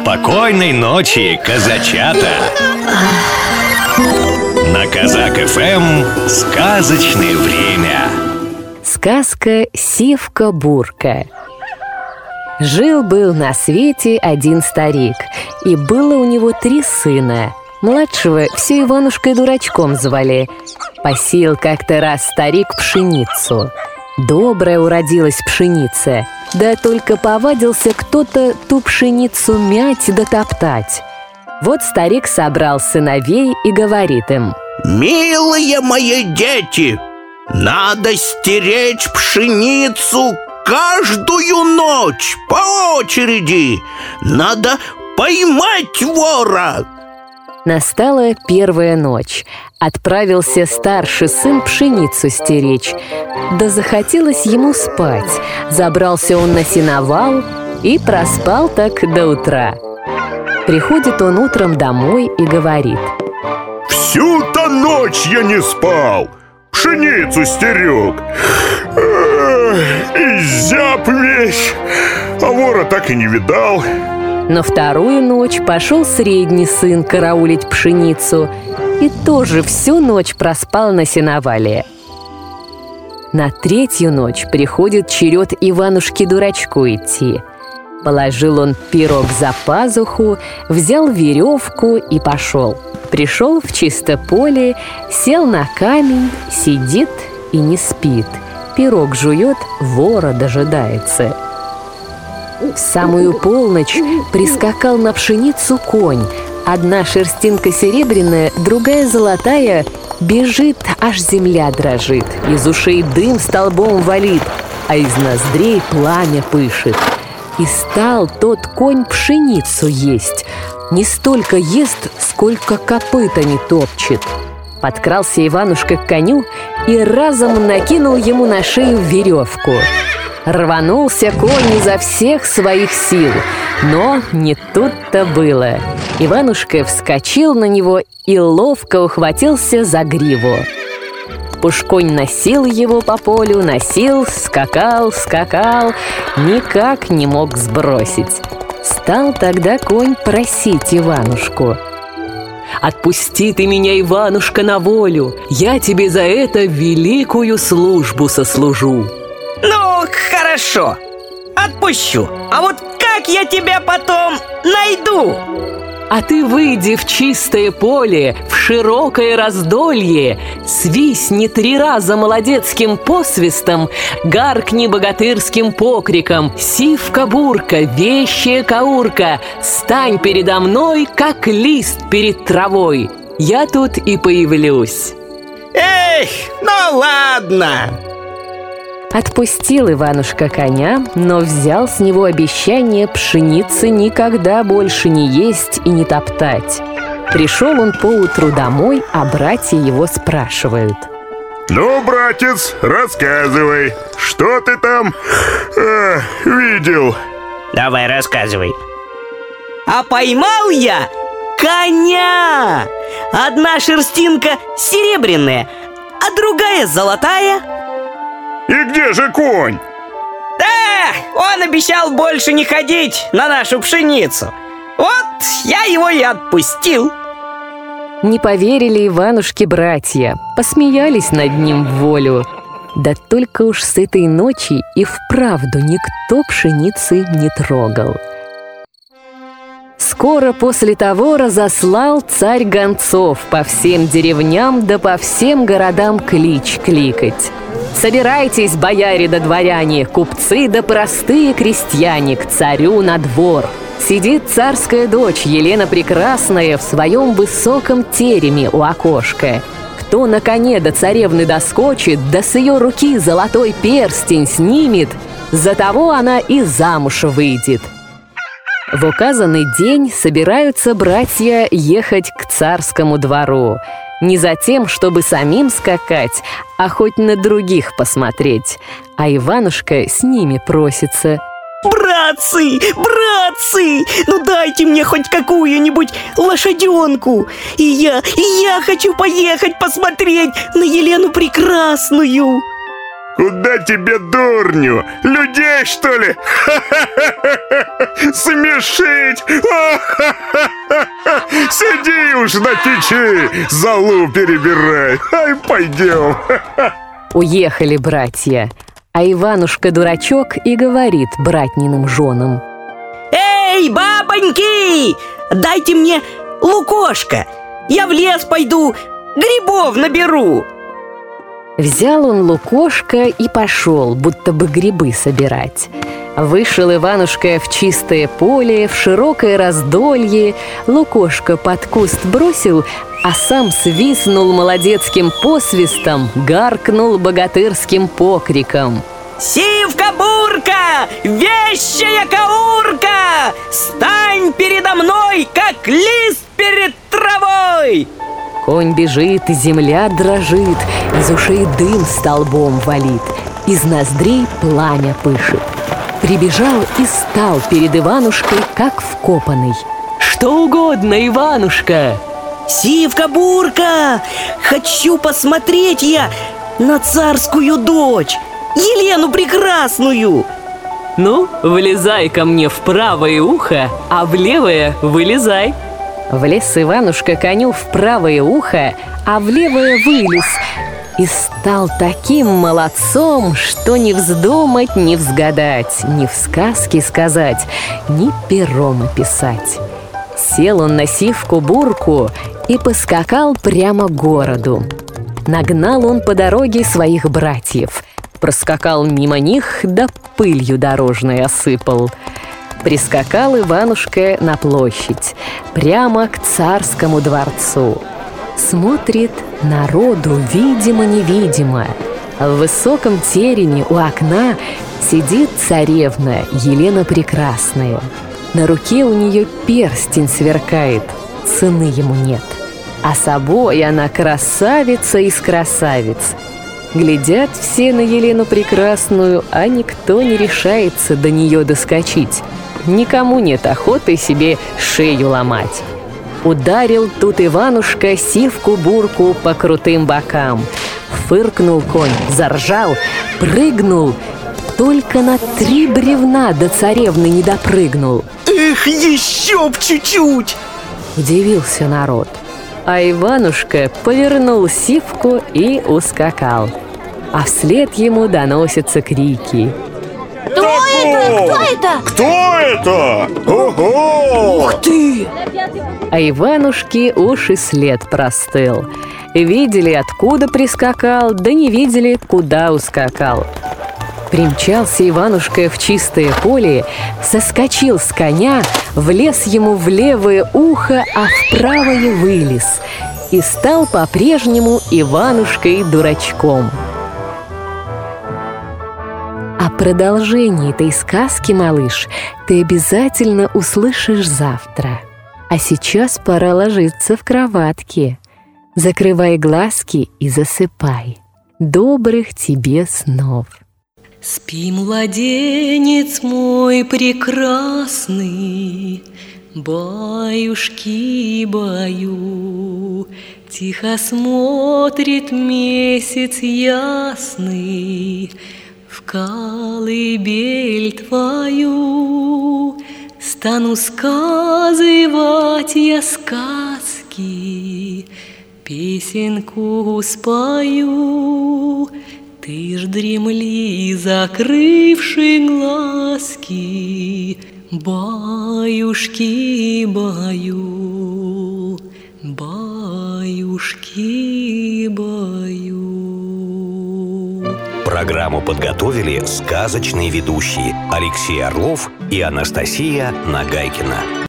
Спокойной ночи, казачата! На Казак ФМ сказочное время. Сказка «Сивка-бурка». Жил-был на свете один старик, и было у него 3 сына. Младшего все Иванушкой-дурачком звали. Посеял как-то раз старик пшеницу. Добрая уродилась пшеница, да только повадился кто-то ту пшеницу мять да топтать. Вот старик собрал сыновей и говорит им: «Милые мои дети, надо стеречь пшеницу каждую ночь по очереди. Надо поймать вора». Настала первая ночь. Отправился старший сын пшеницу стеречь. Да захотелось ему спать. Забрался он на сеновал и проспал так до утра. Приходит он утром домой и говорит: «Всю-то ночь я не спал, пшеницу стерег. Изяб весь, а вора так и не видал». На вторую ночь пошел средний сын караулить пшеницу и тоже всю ночь проспал на сеновале. На третью ночь приходит черед Иванушке-дурачку идти. Положил он пирог за пазуху, взял веревку и пошел. Пришел в чисто поле, сел на камень, сидит и не спит. Пирог жует, вора дожидается. В самую полночь прискакал на пшеницу конь. Одна шерстинка серебряная, другая золотая. Бежит, аж земля дрожит. Из ушей дым столбом валит, а из ноздрей пламя пышет. И стал тот конь пшеницу есть. Не столько ест, сколько копытами топчет. Подкрался Иванушка к коню и разом накинул ему на шею веревку. Рванулся конь изо всех своих сил, но не тут-то было. Иванушка вскочил на него и ловко ухватился за гриву. Уж конь носил его по полю, носил, скакал, никак не мог сбросить. Стал тогда конь просить Иванушку: «Отпусти ты меня, Иванушка, на волю, я тебе за это великую службу сослужу». «Ну, хорошо, отпущу. А вот как я тебя потом найду?» «А ты выйди в чистое поле, в широкое раздолье, свистни 3 раза молодецким посвистом, гаркни богатырским покриком: сивка-бурка, вещая каурка, стань передо мной, как лист перед травой. Я тут и появлюсь». Эх, ну ладно. Отпустил Иванушка коня, но взял с него обещание пшеницы никогда больше не есть и не топтать. Пришел он поутру домой, а братья его спрашивают: «Ну, братец, рассказывай, что ты там видел?» Давай, рассказывай. А поймал я коня! Одна шерстинка серебряная, а другая золотая. «И где же конь?» Он обещал больше не ходить на нашу пшеницу. Вот я его и отпустил. Не поверили Иванушке братья, посмеялись над ним в волю. Да только уж с этой ночи и вправду никто пшеницы не трогал. Скоро после того разослал царь гонцов по всем деревням да по всем городам клич кликать: «Собирайтесь, бояре да дворяне, купцы да простые крестьяне, к царю на двор. Сидит царская дочь Елена Прекрасная в своем высоком тереме у окошка. Кто на коне до царевны доскочит, да с ее руки золотой перстень снимет, за того она и замуж выйдет». В указанный день собираются братья ехать к царскому двору. Не за тем, чтобы самим скакать, а хоть на других посмотреть. А Иванушка с ними просится: «Братцы, ну дайте мне хоть какую-нибудь лошаденку. И я хочу поехать посмотреть на Елену Прекрасную». Куда тебе, дурню? Людей, что ли? Смешить! Сиди уж на печи, золу перебирай. Ай, пойдем. Уехали братья, а Иванушка-дурачок и говорит братниным женам: Эй, бабоньки, дайте мне лукошко. Я в лес пойду, грибов наберу. Взял он лукошко и пошел, будто бы грибы собирать. Вышел Иванушка в чистое поле, в широкое раздолье, лукошко под куст бросил, а сам свистнул молодецким посвистом, гаркнул богатырским покриком: Сивка-бурка, вещая каурка, стань передо мной, как лист перед травой! Конь бежит, земля дрожит, из ушей дым столбом валит, из ноздрей пламя пышет. Прибежал и стал перед Иванушкой, как вкопанный. «Что угодно, Иванушка!» Сивка-бурка, хочу посмотреть я на царскую дочь, Елену Прекрасную. «Ну, влезай ко мне в правое ухо, а в левое вылезай». Влез Иванушка коню в правое ухо, а в левое вылез, и стал таким молодцом, что не вздумать, не взгадать, ни в сказке сказать, ни пером описать. Сел он на сивку-бурку и поскакал прямо к городу. Нагнал он по дороге своих братьев, проскакал мимо них, да пылью дорожной осыпал. Прискакал Иванушка на площадь, прямо к царскому дворцу. Смотрит, народу видимо-невидимо. В высоком терене у окна сидит царевна Елена Прекрасная. На руке у нее перстень сверкает, цены ему нет. А собой она красавица из красавиц. Глядят все на Елену Прекрасную, а никто не решается до нее доскочить. Никому нет охоты себе шею ломать. Ударил тут Иванушка сивку-бурку по крутым бокам. Фыркнул конь, заржал, прыгнул. Только на 3 бревна до царевны не допрыгнул. Эх, еще б чуть-чуть! Удивился народ. А Иванушка повернул сивку и ускакал. А вслед ему доносятся крики: Кто это? Кто это? Кто это? Ого! Ух ты! А Иванушке уж и след простыл. Видели, откуда прискакал, да не видели, куда ускакал. Примчался Иванушка в чистое поле, соскочил с коня, влез ему в левое ухо, а в правое вылез, и стал по-прежнему Иванушкой-дурачком. А продолжение этой сказки, малыш, ты обязательно услышишь завтра. А сейчас пора ложиться в кроватке. Закрывай глазки и засыпай. Добрых тебе снов. Спи, младенец мой прекрасный, баюшки-баю. Тихо смотрит месяц ясный в колыбель твою. Стану сказывать я сказки, песенку спою. Ты ж дремли, закрывши глазки, баюшки-баю, баюшки-баю. Программу подготовили сказочные ведущие Алексей Орлов и Анастасия Нагайкина.